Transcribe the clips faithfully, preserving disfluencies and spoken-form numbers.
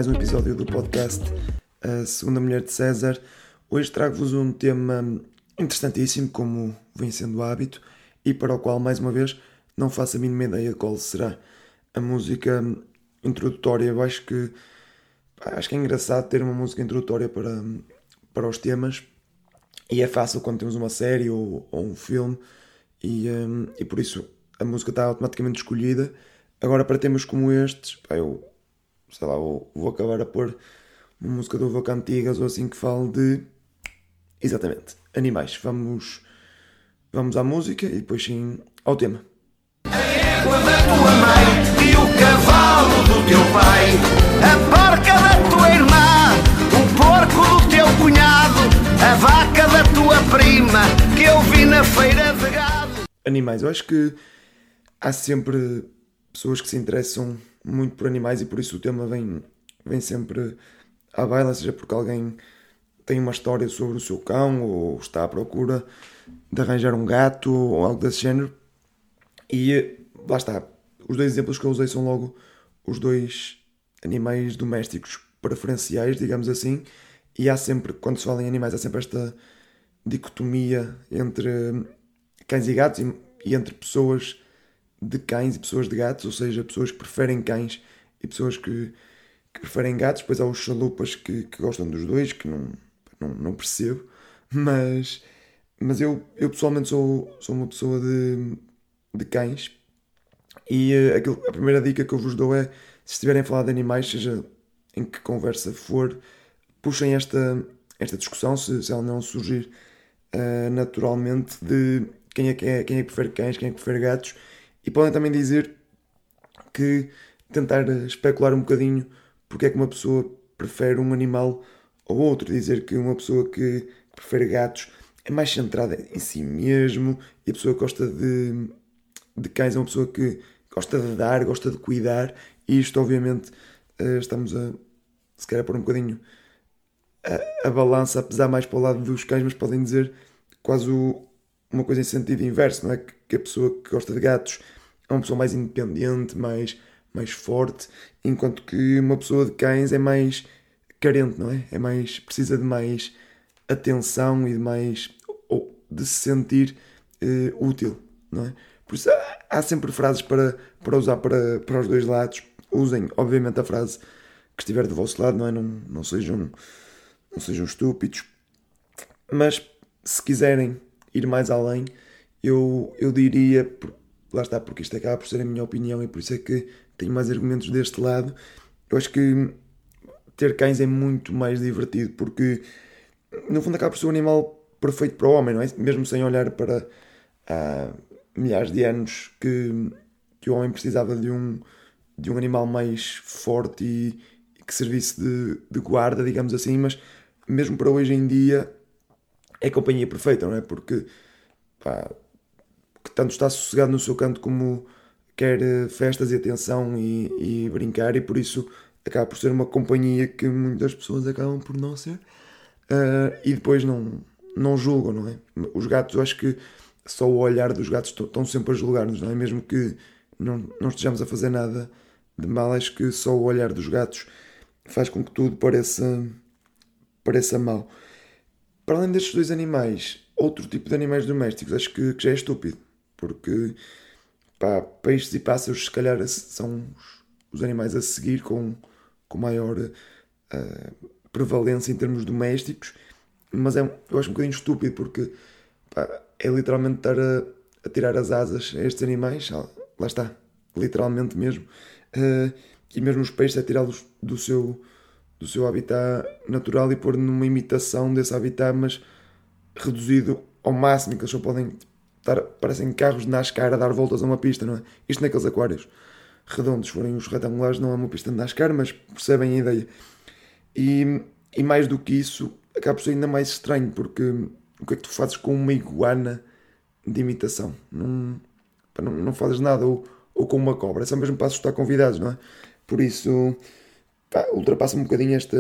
mais um episódio do podcast A Segunda Mulher de César. Hoje trago-vos um tema interessantíssimo, como vem sendo o hábito, e para o qual, mais uma vez, não faço a mínima ideia qual será a música introdutória. Eu acho que, acho que é engraçado ter uma música introdutória para, para os temas, e é fácil quando temos uma série ou, ou um filme, e, um, e por isso a música está automaticamente escolhida. Agora, para temas como estes, pá, eu sei lá, vou, vou acabar a pôr uma música do Voca Antigas ou assim que fale de, exatamente, animais. Vamos, vamos à música e depois sim ao tema. A égua da tua mãe e o cavalo do teu pai, a porca da tua irmã, o porco do teu cunhado, a vaca da tua prima, que eu vi na feira de gado. Animais, eu acho que há sempre pessoas que se interessam muito por animais e por isso o tema vem, vem sempre à baila, seja porque alguém tem uma história sobre o seu cão ou está à procura de arranjar um gato ou algo desse género. E lá está, os dois exemplos que eu usei são logo os dois animais domésticos preferenciais, digamos assim, e há sempre, quando se fala em animais, há sempre esta dicotomia entre cães e gatos e, e entre pessoas de cães e pessoas de gatos, ou seja, pessoas que preferem cães e pessoas que, que preferem gatos. Depois há os chalupas que, que gostam dos dois, que não, não, não percebo, mas, mas eu, eu pessoalmente sou, sou uma pessoa de, de cães e uh, aquilo, a primeira dica que eu vos dou é, se estiverem a falar de animais, seja em que conversa for, puxem esta, esta discussão, se, se ela não surgir uh, naturalmente, de quem é que, é, quem é que prefere cães, quem é que prefere gatos. E podem também dizer que tentar especular um bocadinho porque é que uma pessoa prefere um animal ou outro. Dizer que uma pessoa que prefere gatos é mais centrada em si mesmo e a pessoa que gosta de, de cães é uma pessoa que gosta de dar, gosta de cuidar. E isto, obviamente, estamos a, se calhar, pôr um bocadinho a, a balança a pesar mais para o lado dos cães, mas podem dizer quase o, uma coisa em sentido inverso, não é? Que a pessoa que gosta de gatos é uma pessoa mais independente, mais, mais forte, enquanto que uma pessoa de cães é mais carente, não é? É mais, precisa de mais atenção e de mais, ou de se sentir uh, útil, não é? Por isso há, há sempre frases para, para usar para, para os dois lados. Usem, obviamente, a frase que estiver do vosso lado, não é? Não, não, sejam, não sejam estúpidos. Mas se quiserem ir mais além, eu, eu diria, lá está, porque isto acaba por ser a minha opinião e por isso é que tenho mais argumentos deste lado. Eu acho que ter cães é muito mais divertido, porque no fundo acaba por ser um animal perfeito para o homem, não é? Mesmo sem olhar para há milhares de anos que, que o homem precisava de um, de um animal mais forte e, e que servisse de, de guarda, digamos assim, mas mesmo para hoje em dia é a companhia perfeita, não é? Porque pá, que tanto está sossegado no seu canto como quer festas e atenção e, e brincar, e por isso acaba por ser uma companhia que muitas pessoas acabam por não ser, uh, e depois não, não julgam, não é? Os gatos, eu acho que só o olhar dos gatos estão sempre a julgar-nos, não é? Mesmo que não, não estejamos a fazer nada de mal, acho que só o olhar dos gatos faz com que tudo pareça, pareça mal. Para além destes dois animais, outro tipo de animais domésticos acho que, que já é estúpido, porque pá, peixes e pássaros se calhar são os, os animais a seguir com, com maior uh, prevalência em termos domésticos, mas é, eu acho um bocadinho estúpido porque pá, é literalmente estar a, a tirar as asas a estes animais, lá está, literalmente mesmo, uh, e mesmo os peixes é tirá-los do seu, do seu habitat natural e pôr numa imitação desse habitat, mas reduzido ao máximo, que eles só podem estar, parecem carros de NASCAR a dar voltas a uma pista, não é? Isto naqueles aquários redondos, forem os retangulares, não é uma pista de NASCAR, mas percebem a ideia. E, e mais do que isso, acaba por ser ainda mais estranho, porque o que é que tu fazes com uma iguana de imitação? Não, não, não fazes nada, ou, ou com uma cobra, é só mesmo para assustar convidados, não é? Por isso, pá, ultrapassa um bocadinho esta,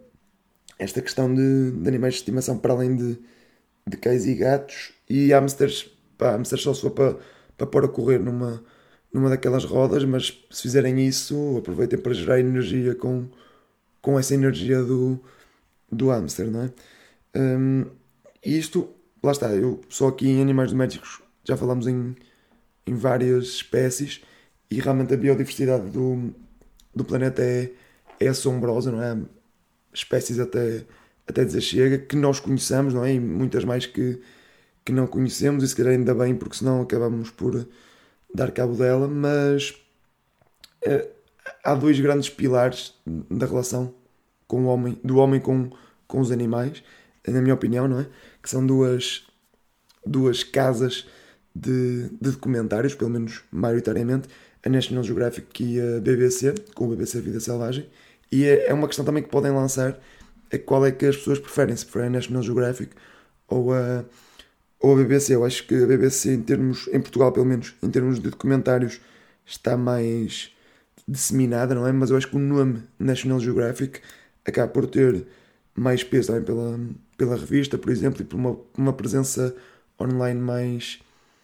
esta questão de, de animais de estimação, para além de de cães e gatos, e hamsters, pá, hamsters só se for para, para pôr a correr numa, numa daquelas rodas, mas se fizerem isso, aproveitem para gerar energia com, com essa energia do, do hamster, não é? Um, e isto, lá está, eu só aqui em Animais Domésticos já falamos em, em várias espécies e realmente a biodiversidade do, do planeta é, é assombrosa, não é? Espécies até, até dizer chega, que nós conheçamos, não é? E muitas mais que, que não conhecemos, e se calhar ainda bem, porque senão acabamos por dar cabo dela, mas é, há dois grandes pilares da relação com o homem, do homem com, com os animais, na minha opinião, não é? Que são duas, duas casas de, de documentários, pelo menos maioritariamente, a National Geographic e a B B C, com o B B C Vida Selvagem, e é, é uma questão também que podem lançar, é qual é que as pessoas preferem, se preferem a National Geographic ou a, ou a B B C. Eu acho que a B B C, em termos, em Portugal pelo menos, em termos de documentários, está mais disseminada, não é? Mas eu acho que o nome National Geographic acaba por ter mais peso também pela, pela revista, por exemplo, e por uma, uma presença online mais,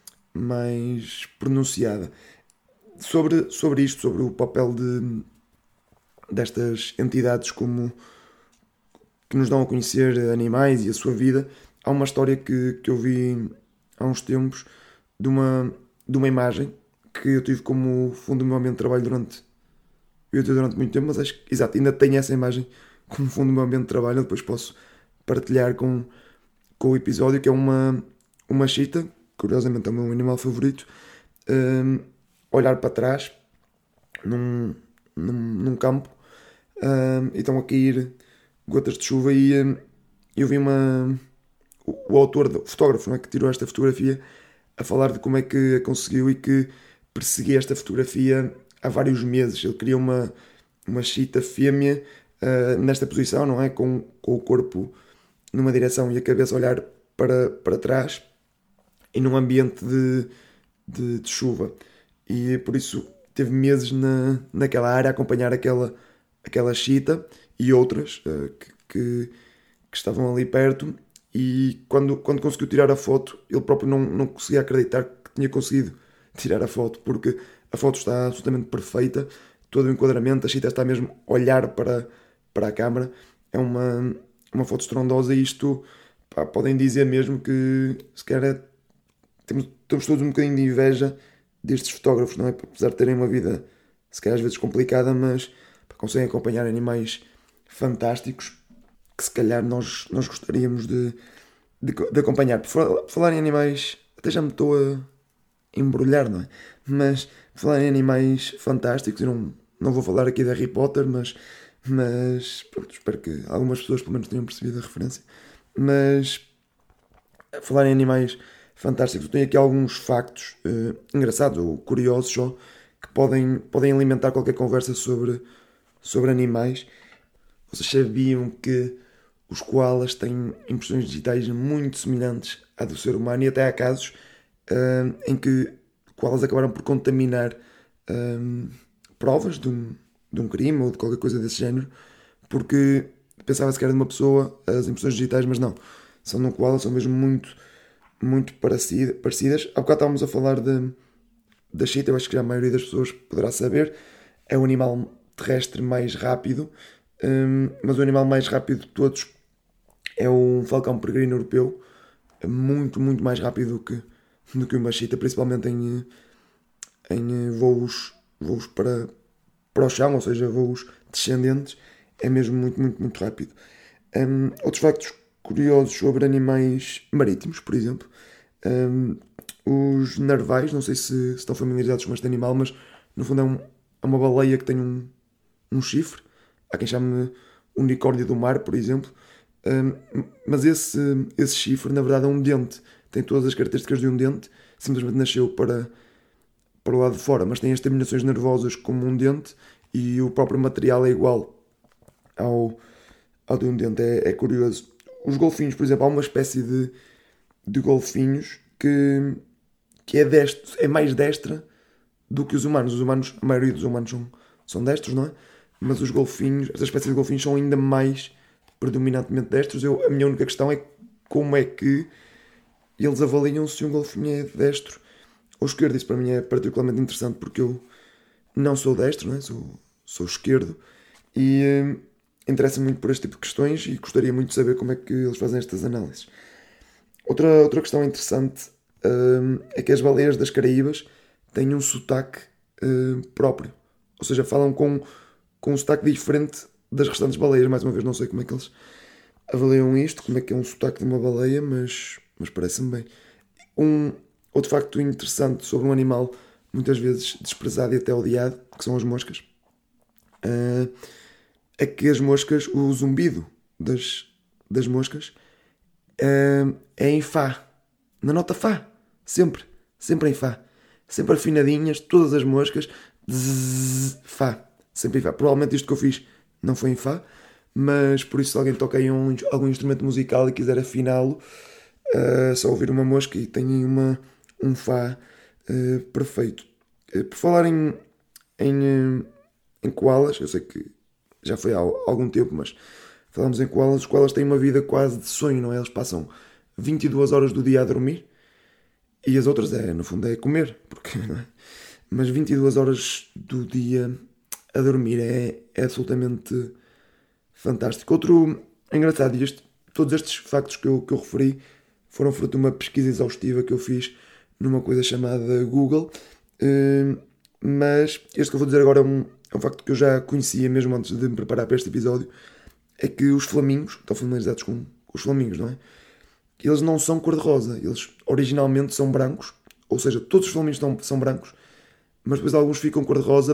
mais pronunciada. Sobre, sobre isto, sobre o papel de, destas entidades como que nos dão a conhecer animais e a sua vida, há uma história que, que eu vi há uns tempos de uma, de uma imagem que eu tive como fundo do meu ambiente de trabalho durante, eu tive durante muito tempo, mas acho que, exato, ainda tenho essa imagem como fundo do meu ambiente de trabalho. Eu depois posso partilhar com, com o episódio, que é uma, uma chita, curiosamente é o meu animal favorito, um, olhar para trás num, num, num campo, um, e estão a cair gotas de chuva, e um, eu vi uma, o, o autor, o fotógrafo, não é, que tirou esta fotografia, a falar de como é que a conseguiu e que perseguia esta fotografia há vários meses. Ele queria uma, uma chita fêmea uh, nesta posição, não é? Com, com o corpo numa direção e a cabeça a olhar para, para trás e num ambiente de, de, de chuva. E por isso teve meses na, naquela área a acompanhar aquela, aquela chita e outras uh, que, que, que estavam ali perto. E quando, quando conseguiu tirar a foto, ele próprio não, não conseguia acreditar que tinha conseguido tirar a foto, porque a foto está absolutamente perfeita, todo o enquadramento, a chita está mesmo a olhar para, para a câmara. É uma, uma foto estrondosa, e isto, pá, podem dizer mesmo que se calhar temos, temos todos um bocadinho de inveja destes fotógrafos, não é? Apesar de terem uma vida se calhar às vezes complicada, mas pá, conseguem acompanhar animais fantásticos que se calhar nós, nós gostaríamos de, de, de acompanhar. Por falar, por falar em animais, até já me estou a embrulhar, não é? Mas por falar em animais fantásticos, eu não, não vou falar aqui de Harry Potter, mas, mas pronto, espero que algumas pessoas pelo menos tenham percebido a referência. Mas a falar em animais fantásticos, eu tenho aqui alguns factos uh, engraçados ou curiosos só, que podem, podem alimentar qualquer conversa sobre, sobre animais. Vocês sabiam que os koalas têm impressões digitais muito semelhantes à do ser humano, e até há casos uh, em que koalas acabaram por contaminar um, provas de um, de um crime ou de qualquer coisa desse género, porque pensava-se que era de uma pessoa as impressões digitais, mas não. São de um koala, são mesmo muito, muito parecidas. Há bocado estávamos a falar de, da chita, eu acho que já a maioria das pessoas poderá saber. É o animal terrestre mais rápido, um, mas o animal mais rápido de todos é um falcão peregrino europeu. É muito, muito mais rápido do que, do que uma chita, principalmente em, em voos, voos para, para o chão, ou seja, voos descendentes. É mesmo muito, muito, muito rápido. Um, outros factos curiosos sobre animais marítimos, por exemplo. Um, os narvais, não sei se, se estão familiarizados com este animal, mas no fundo é, um, é uma baleia que tem um, um chifre. Há quem chame unicórnio do mar, por exemplo. Um, mas esse, esse chifre, na verdade, é um dente. Tem todas as características de um dente. Simplesmente nasceu para, para o lado de fora, mas tem as terminações nervosas como um dente, e o próprio material é igual ao, ao de um dente. É, é curioso. Os golfinhos, por exemplo, há uma espécie de, de golfinhos que, que é, destro, é mais destra do que os humanos. Os humanos, a maioria dos humanos são, são destros, não é? Mas os golfinhos, esta espécie de golfinhos são ainda mais predominantemente destros. Eu, a minha única questão é como é que eles avaliam se um golfinho é destro ou esquerdo. Isso para mim é particularmente interessante, porque eu não sou destro, não é? sou, sou esquerdo, e interessa muito por este tipo de questões e gostaria muito de saber como é que eles fazem estas análises. Outra, outra questão interessante hum, é que as baleias das Caraíbas têm um sotaque hum, próprio. Ou seja, falam com, com um sotaque diferente das restantes baleias. Mais uma vez, não sei como é que eles avaliam isto, como é que é um sotaque de uma baleia, mas, mas parece-me bem. Um outro facto interessante sobre um animal muitas vezes desprezado e até odiado, que são as moscas, uh, é que as moscas, o zumbido das, das moscas uh, é em Fá, na nota Fá, sempre, sempre em Fá, sempre afinadinhas, todas as moscas, zzz, Fá, sempre em Fá. Provavelmente isto que eu fiz não foi em Fá, mas por isso se alguém toca em um, algum instrumento musical e quiser afiná-lo, uh, só ouvir uma mosca e tem uma, um Fá uh, perfeito. Uh, por falar em, em, uh, em koalas, eu sei que já foi há algum tempo, mas falamos em koalas. Os koalas têm uma vida quase de sonho, não é? Eles passam vinte e duas horas do dia a dormir e as outras, é, no fundo, é comer, porque, não é? Mas vinte e duas horas do dia a dormir é, é absolutamente fantástico. Outro engraçado, e este, todos estes factos que eu, que eu referi foram fruto de uma pesquisa exaustiva que eu fiz numa coisa chamada Google, uh, mas este que eu vou dizer agora é um, é um facto que eu já conhecia mesmo antes de me preparar para este episódio, é que os flamingos, estão familiarizados com, com os flamingos, não é? Eles não são cor-de-rosa, eles originalmente são brancos, ou seja, todos os flamingos são, são brancos, mas depois alguns ficam cor-de-rosa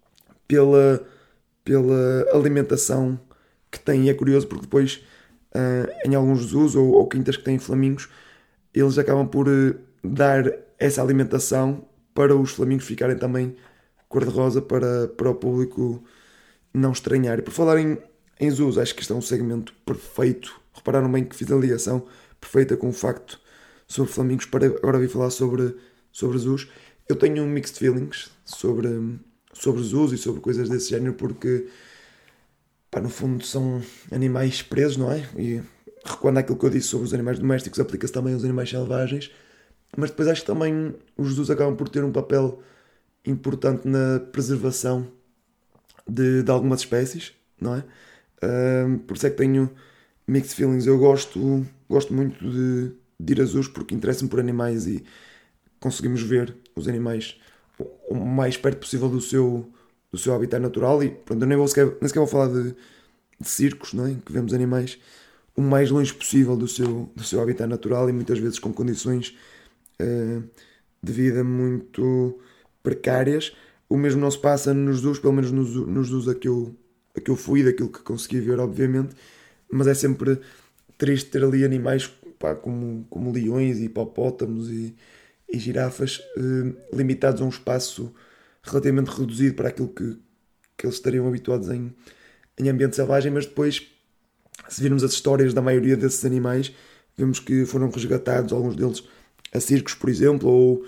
pela, pela alimentação que têm. E é curioso porque depois uh, em alguns zoos ou, ou quintas que têm flamingos, eles acabam por uh, dar essa alimentação para os flamingos ficarem também cor-de-rosa, para, para o público não estranhar. E por falar em, em zoos, acho que isto é um segmento perfeito. Repararam bem que fiz a ligação perfeita com o facto sobre flamingos para agora vir falar sobre, sobre zoos. Eu tenho um mixed feelings sobre, sobre zoos e sobre coisas desse género, porque pá, no fundo são animais presos, não é? E recuando àquilo que eu disse sobre os animais domésticos, aplica-se também aos animais selvagens, mas depois acho que também os zoos acabam por ter um papel importante na preservação de, de algumas espécies, não é? Um, por isso é que tenho mixed feelings. Eu gosto, gosto muito de, de ir a zoos porque interesso-me por animais e conseguimos ver os animais o mais perto possível do seu, do seu habitat natural. E pronto, eu nem, vou sequer, nem sequer vou falar de, de circos, não é? Que vemos animais o mais longe possível do seu, do seu habitat natural e muitas vezes com condições uh, de vida muito precárias. O mesmo não se passa nos zoos, pelo menos nos, nos zoos a que, eu, a que eu fui, daquilo que consegui ver, obviamente, mas é sempre triste ter ali animais pá, como, como leões e hipopótamos e, e girafas eh, limitados a um espaço relativamente reduzido para aquilo que, que eles estariam habituados em, em ambiente selvagem. Mas depois, se virmos as histórias da maioria desses animais, vemos que foram resgatados, alguns deles a circos, por exemplo, ou,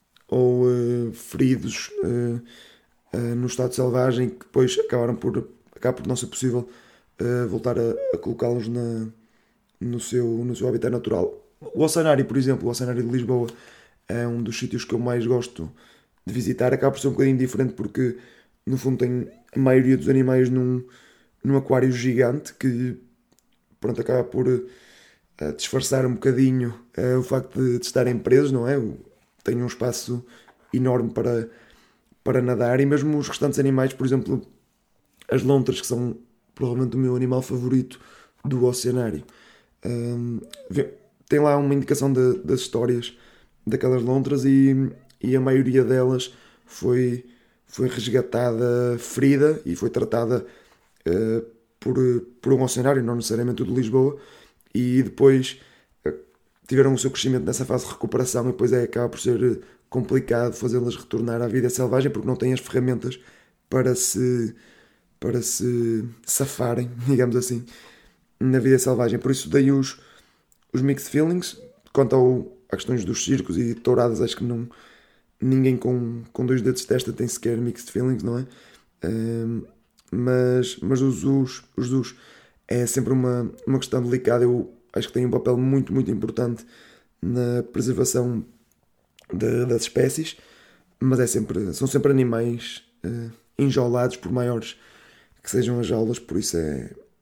ou uh, feridos uh, uh, no estado selvagem, que depois acabaram por, acaba por não ser possível uh, voltar a, a colocá-los na, no, seu, no seu habitat natural. O Oceanário, por exemplo, o Oceanário de Lisboa é um dos sítios que eu mais gosto de visitar. Acaba por ser um bocadinho diferente porque, no fundo, tem a maioria dos animais num, num aquário gigante que, pronto, acaba por uh, disfarçar um bocadinho uh, o facto de, de estarem presos, não é? Tem um espaço enorme para, para nadar, e mesmo os restantes animais, por exemplo, as lontras, que são provavelmente o meu animal favorito do Oceanário. Um, tem lá uma indicação de, das histórias daquelas lontras e, e a maioria delas foi, foi resgatada ferida e foi tratada uh, por, por um oceanário, não necessariamente o de Lisboa, e depois uh, tiveram o seu crescimento nessa fase de recuperação, e depois é, acaba por ser complicado fazê-las retornar à vida selvagem porque não têm as ferramentas para se, para se safarem, digamos assim, na vida selvagem. Por isso daí os, os mixed feelings. Quanto ao, a questões dos circos e touradas, acho que não, ninguém com, com dois dedos de testa tem sequer mixed feelings, não é? Um, mas, mas os zoos, os zoos é sempre uma, uma questão delicada. Eu acho que tem um papel muito, muito importante na preservação de, das espécies, mas é sempre, são sempre animais uh, enjaulados, por maiores que sejam as jaulas, por isso é,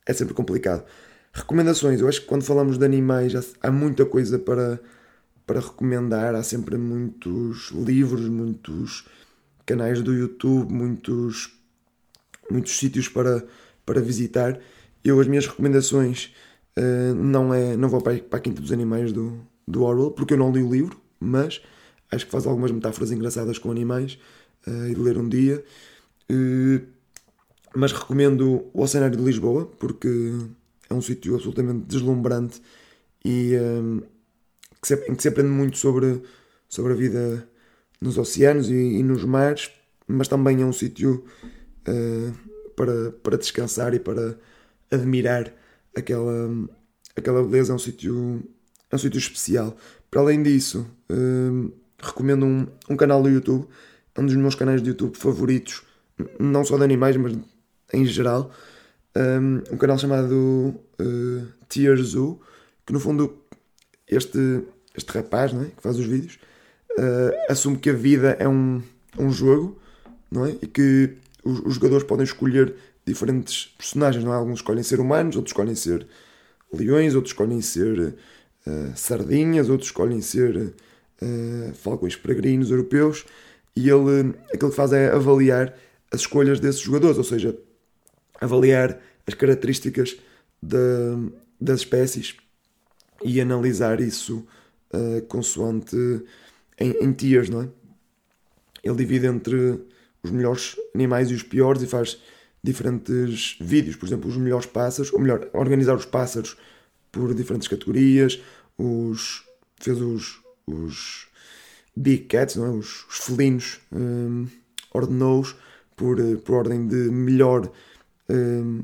é sempre complicado. Recomendações, eu acho que quando falamos de animais há, há muita coisa para, para recomendar, há sempre muitos livros, muitos canais do YouTube, muitos, muitos sítios para, para visitar. Eu, as minhas recomendações uh, não, é, não vou para, para a Quinta dos Animais do, do Orwell, porque eu não li o livro, mas acho que faz algumas metáforas engraçadas com animais uh, e de ler um dia. Uh, mas recomendo o Oceanário de Lisboa, porque é um sítio absolutamente deslumbrante e um, que se, em que se aprende muito sobre, sobre a vida nos oceanos e, e nos mares, mas também é um sítio uh, para, para descansar e para admirar aquela, aquela beleza. É um sítio, é um sítio especial. Para além disso, uh, recomendo um, um canal do YouTube, um dos meus canais de YouTube favoritos, não só de animais, mas em geral, um, um canal chamado uh, Tier Zoo, que no fundo este, este rapaz, não é, que faz os vídeos, uh, assume que a vida é um, um jogo, não é, e que os, os jogadores podem escolher diferentes personagens, não é? Alguns escolhem ser humanos, outros escolhem ser leões, outros escolhem ser uh, sardinhas, outros escolhem ser uh, falcões peregrinos europeus, e ele aquilo que faz é avaliar as escolhas desses jogadores, ou seja, avaliar as características de, das espécies e analisar isso uh, consoante em, em tiers, não é? Ele divide entre os melhores animais e os piores e faz diferentes vídeos, por exemplo, os melhores pássaros, ou melhor, organizar os pássaros por diferentes categorias, os, fez os, os big cats, não é? os, os felinos, um, ordenou-os por, por ordem de melhor um,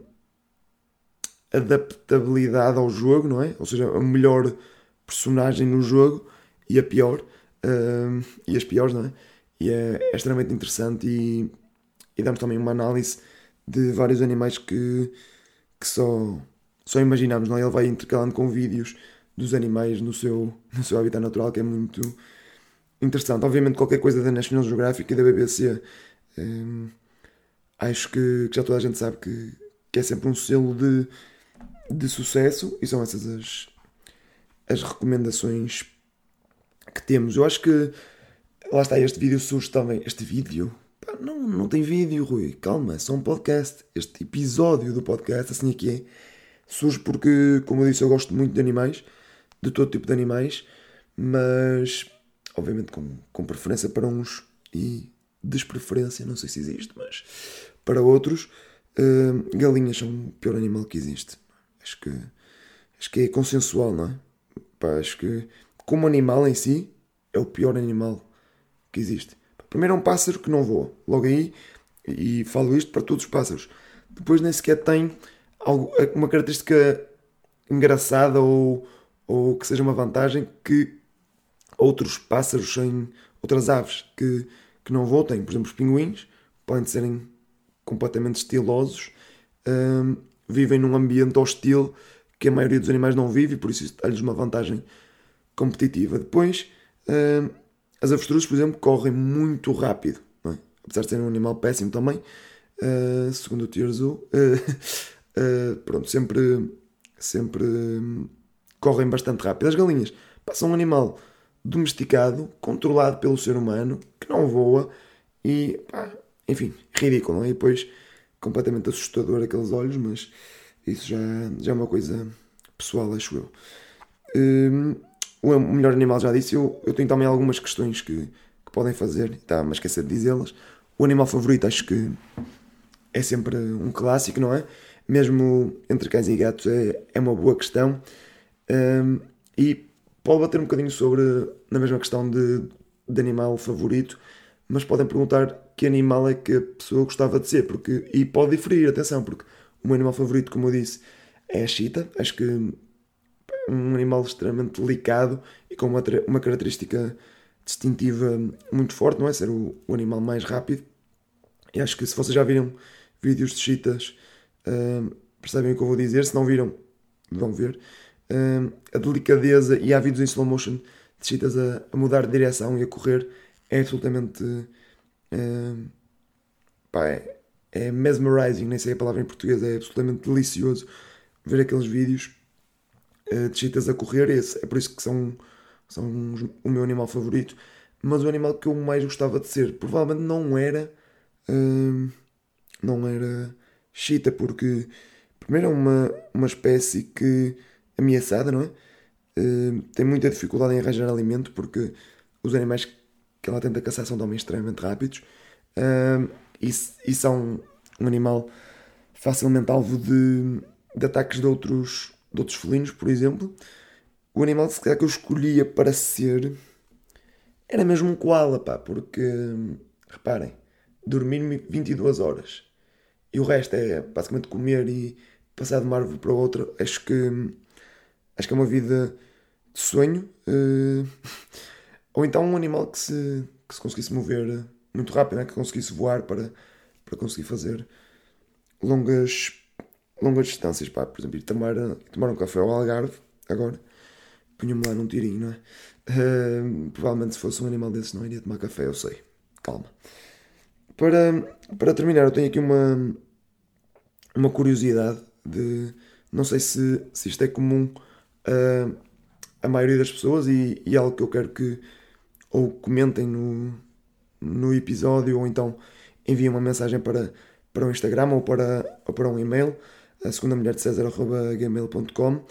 adaptabilidade ao jogo, não é? Ou seja, a melhor personagem no jogo e a pior, um, e as piores, não é? E é, é extremamente interessante e, e damos também uma análise de vários animais que, que só, só imaginamos, não é? Ele vai intercalando com vídeos dos animais no seu, no seu habitat natural, que é muito interessante. Obviamente qualquer coisa da National Geographic e da B B C um, acho que, que já toda a gente sabe que, que é sempre um selo de, de sucesso, e são essas as, as recomendações que temos. Eu acho que lá está, este vídeo surge também. Este vídeo? Pá, não, não tem vídeo, Rui. Calma, é só um podcast. Este episódio do podcast, assim é que é, surge porque, como eu disse, eu gosto muito de animais, de todo tipo de animais, mas obviamente com, com preferência para uns e despreferência, não sei se existe, mas para outros, uh, galinhas são o pior animal que existe. Acho que, acho que é consensual, não é? Pá, acho que, como animal em si, é o pior animal que existe. Primeiro é um pássaro que não voa, logo aí, e falo isto para todos os pássaros. Depois nem sequer tem algo, uma característica engraçada ou, ou que seja uma vantagem que outros pássaros sem outras aves que, que não voam têm. Por exemplo, os pinguins podem serem completamente estilosos, um, vivem num ambiente hostil que a maioria dos animais não vive, e por isso dá-lhes uma vantagem competitiva. Depois, um, as avestruzes, por exemplo, correm muito rápido, não é? Apesar de serem um animal péssimo também, uh, segundo o Tier Zoo, uh, uh, pronto, sempre, sempre um, correm bastante rápido. As galinhas passam um animal domesticado, controlado pelo ser humano, que não voa e, pá, enfim, ridículo, não é? E depois completamente assustador aqueles olhos, mas isso já, já é uma coisa pessoal, acho eu. Um, o melhor animal, já disse, eu, eu tenho também algumas questões que, que podem fazer, está-me a esquecer de dizê-las. O animal favorito acho que é sempre um clássico, não é? Mesmo entre cães e gatos é, é uma boa questão. Um, e pode bater um bocadinho sobre, na mesma questão de, de animal favorito, mas podem perguntar que animal é que a pessoa gostava de ser, porque, e pode diferir, atenção, porque o meu animal favorito, como eu disse, é a cheetah. Acho que é um animal extremamente delicado e com uma, uma característica distintiva muito forte, não é? Ser o, o animal mais rápido. E acho que se vocês já viram vídeos de cheetahs, uh, percebem o que eu vou dizer. Se não viram, vão ver. Uh, a delicadeza, e há vídeos em slow motion de cheetahs a, a mudar de direção e a correr, é absolutamente uh, pá, é, é mesmerizing, nem sei a palavra em português, é absolutamente delicioso ver aqueles vídeos uh, de chitas a correr. Esse, é por isso que são, são uns, o meu animal favorito. Mas o animal que eu mais gostava de ser provavelmente não era uh, não era chita, porque primeiro é uma, uma espécie que ameaçada, não é? Uh, tem muita dificuldade em arranjar alimento, porque os animais que ela tenta caçar são também extremamente rápidos, uh, e, e são um animal facilmente alvo de, de ataques de outros, de outros felinos, por exemplo. O animal que eu escolhia para ser era mesmo um koala, pá, porque, reparem, dormir vinte e duas horas e o resto é basicamente comer e passar de uma árvore para outra. Acho que, acho que é uma vida de sonho. Uh, ou então um animal que se, que se conseguisse mover muito rápido, né? Que conseguisse voar para, para conseguir fazer longas, longas distâncias. Pá. Por exemplo, ir tomar, tomar um café ao Algarve agora. Punha-me lá num tirinho, não é? Uh, provavelmente se fosse um animal desses não iria tomar café, eu sei. Calma. Para, para terminar, eu tenho aqui uma, uma curiosidade de... Não sei se, se isto é comum a, a maioria das pessoas e, e algo que eu quero que ou comentem no, no episódio ou então enviem uma mensagem para, para o Instagram ou para, ou para um e-mail, a segunda mulher de César arroba gmail ponto com.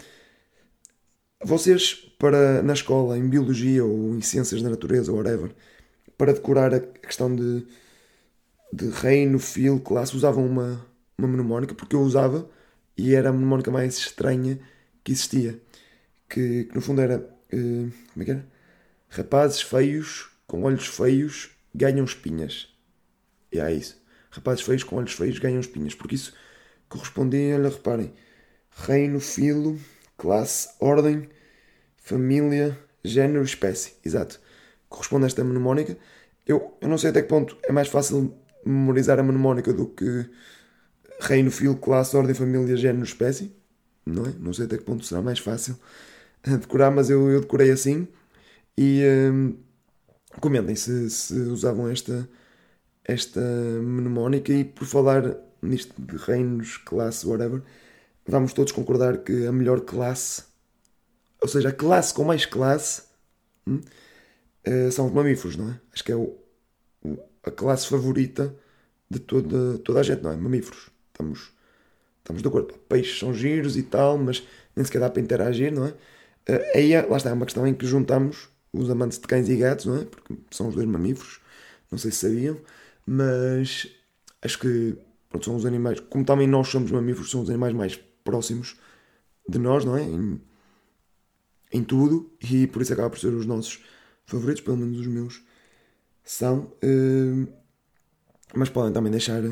Vocês, para, na escola, em Biologia ou em Ciências da Natureza, ou whatever, para decorar a questão de, de reino, filo, classe, usavam uma, uma mnemónica, porque eu usava, e era a mnemónica mais estranha que existia. Que, que no fundo era, uh, como é que era? Rapazes feios, com olhos feios, ganham espinhas. E é isso. Rapazes feios com olhos feios ganham espinhas. Porque isso correspondia, olha, reparem, reino, filo, classe, ordem, família, género, espécie. Exato. Corresponde a esta mnemónica. Eu, eu não sei até que ponto é mais fácil memorizar a mnemónica do que reino, filo, classe, ordem, família, género, espécie. Não é? Não sei até que ponto será mais fácil decorar, mas eu, eu decorei assim. E hum, comentem se, se usavam esta, esta mnemónica. E por falar nisto de reinos, classe, whatever, vamos todos concordar que a melhor classe, ou seja, a classe com mais classe, hum, uh, são os mamíferos, não é? Acho que é o, o, a classe favorita de toda, toda a gente, não é? Mamíferos. Estamos, estamos de acordo. Peixes são giros e tal, mas nem sequer dá para interagir, não é? Uh, aí, lá está, é uma questão em que juntamos os amantes de cães e gatos, não é? Porque são os dois mamíferos, não sei se sabiam, mas acho que pronto, são os animais, como também nós somos mamíferos, são os animais mais próximos de nós, não é? Em, em tudo, e por isso acaba por ser os nossos favoritos, pelo menos os meus são. Uh, mas podem também deixar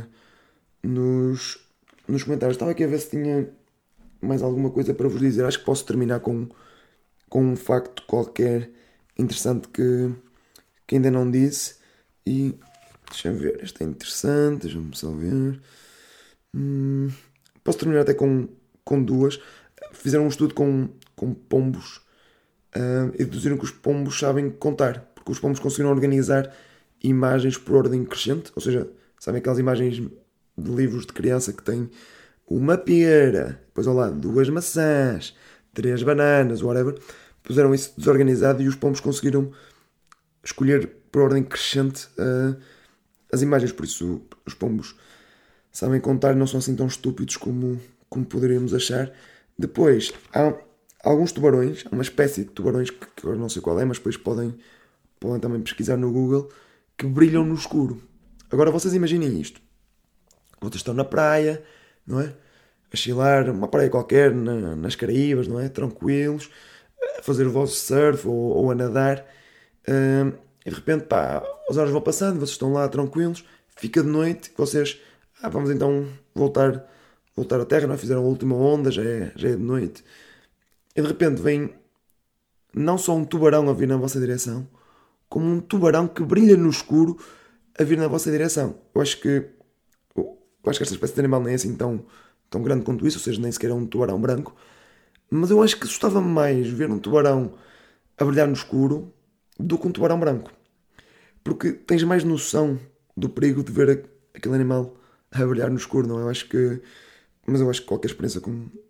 nos, nos comentários. Estava aqui a ver se tinha mais alguma coisa para vos dizer. Acho que posso terminar com, com um facto qualquer interessante que, que ainda não disse. E deixa-me ver, este é interessante, deixa-me só ver. Hum, posso terminar até com, com duas. Fizeram um estudo com, com pombos uh, e deduziram que os pombos sabem contar, porque os pombos conseguiram organizar imagens por ordem crescente, ou seja, sabem aquelas imagens de livros de criança que têm uma pera, depois ao lado duas maçãs, três bananas, whatever. Puseram isso desorganizado e os pombos conseguiram escolher por ordem crescente uh, as imagens. Por isso os pombos sabem contar, não são assim tão estúpidos como, como poderíamos achar. Depois há alguns tubarões, há uma espécie de tubarões que, que eu não sei qual é, mas depois podem, podem também pesquisar no Google, que brilham no escuro. Agora vocês imaginem isto. Vocês estão na praia, não é? A chilar, uma praia qualquer, na, nas Caraíbas, não é? Tranquilos, a fazer o vosso surf ou, ou a nadar. Uh, e de repente, pá, as horas vão passando, vocês estão lá tranquilos, fica de noite, vocês, ah, vamos então voltar, voltar à terra, não é? Fizeram a última onda, já é, já é de noite. E de repente vem não só um tubarão a vir na vossa direção, como um tubarão que brilha no escuro a vir na vossa direção. Eu acho que eu acho que esta espécie de animal nem é assim tão, tão grande quanto isso, ou seja, nem sequer é um tubarão branco, mas eu acho que assustava-me mais ver um tubarão a brilhar no escuro do que um tubarão branco, porque tens mais noção do perigo de ver aquele animal a brilhar no escuro, não é? Eu acho que, mas eu acho que qualquer experiência com,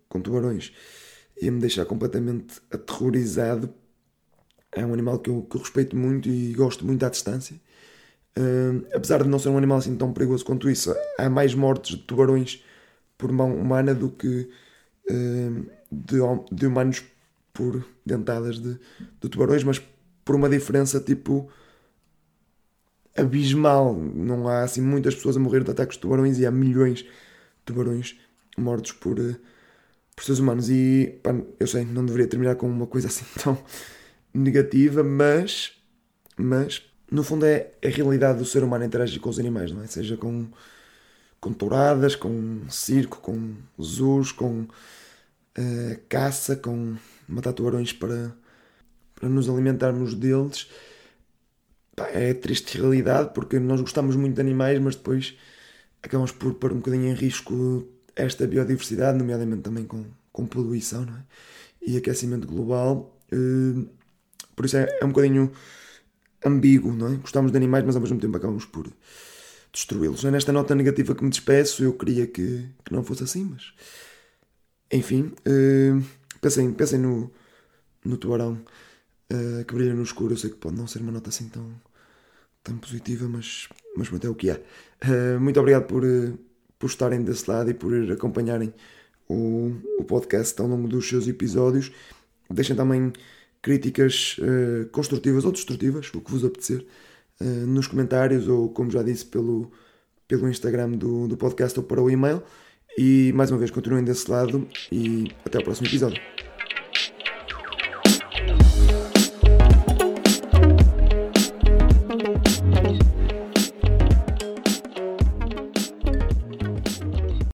com tubarões ia-me deixar completamente aterrorizado. É um animal que eu, que eu respeito muito e gosto muito à distância. Uh, apesar de não ser um animal assim tão perigoso quanto isso, há mais mortes de tubarões por mão humana do que uh, de, de humanos por dentadas de, de tubarões, mas por uma diferença tipo abismal. Não há assim muitas pessoas a morrer de ataques de tubarões e há milhões de tubarões mortos por, uh, por seres humanos. E pá, eu sei, não deveria terminar com uma coisa assim tão negativa, mas, mas no fundo é a realidade do ser humano interagir com os animais, não é? Seja com, com touradas, com circo, com zoos, com uh, caça, com matar tubarões para, para nos alimentarmos deles. Pá, é triste realidade, porque nós gostamos muito de animais, mas depois acabamos por pôr um bocadinho em risco esta biodiversidade, nomeadamente também com, com poluição, não é? E aquecimento global. Uh, por isso é, é um bocadinho ambíguo, não é? Gostamos de animais, mas ao mesmo tempo acabamos por destruí-los. É nesta nota negativa que me despeço. Eu queria que, que não fosse assim, mas enfim, uh, pensem, pensem no, no tubarão uh, que brilha no escuro. Eu sei que pode não ser uma nota assim tão, tão positiva, mas, mas pronto, é o que é. Uh, muito obrigado por, uh, por estarem desse lado e por acompanharem o, o podcast ao longo dos seus episódios. Deixem também críticas uh, construtivas ou destrutivas, o que vos apetecer, uh, nos comentários ou, como já disse, pelo, pelo Instagram do, do podcast ou para o e-mail. E mais uma vez, continuem desse lado e até ao próximo episódio.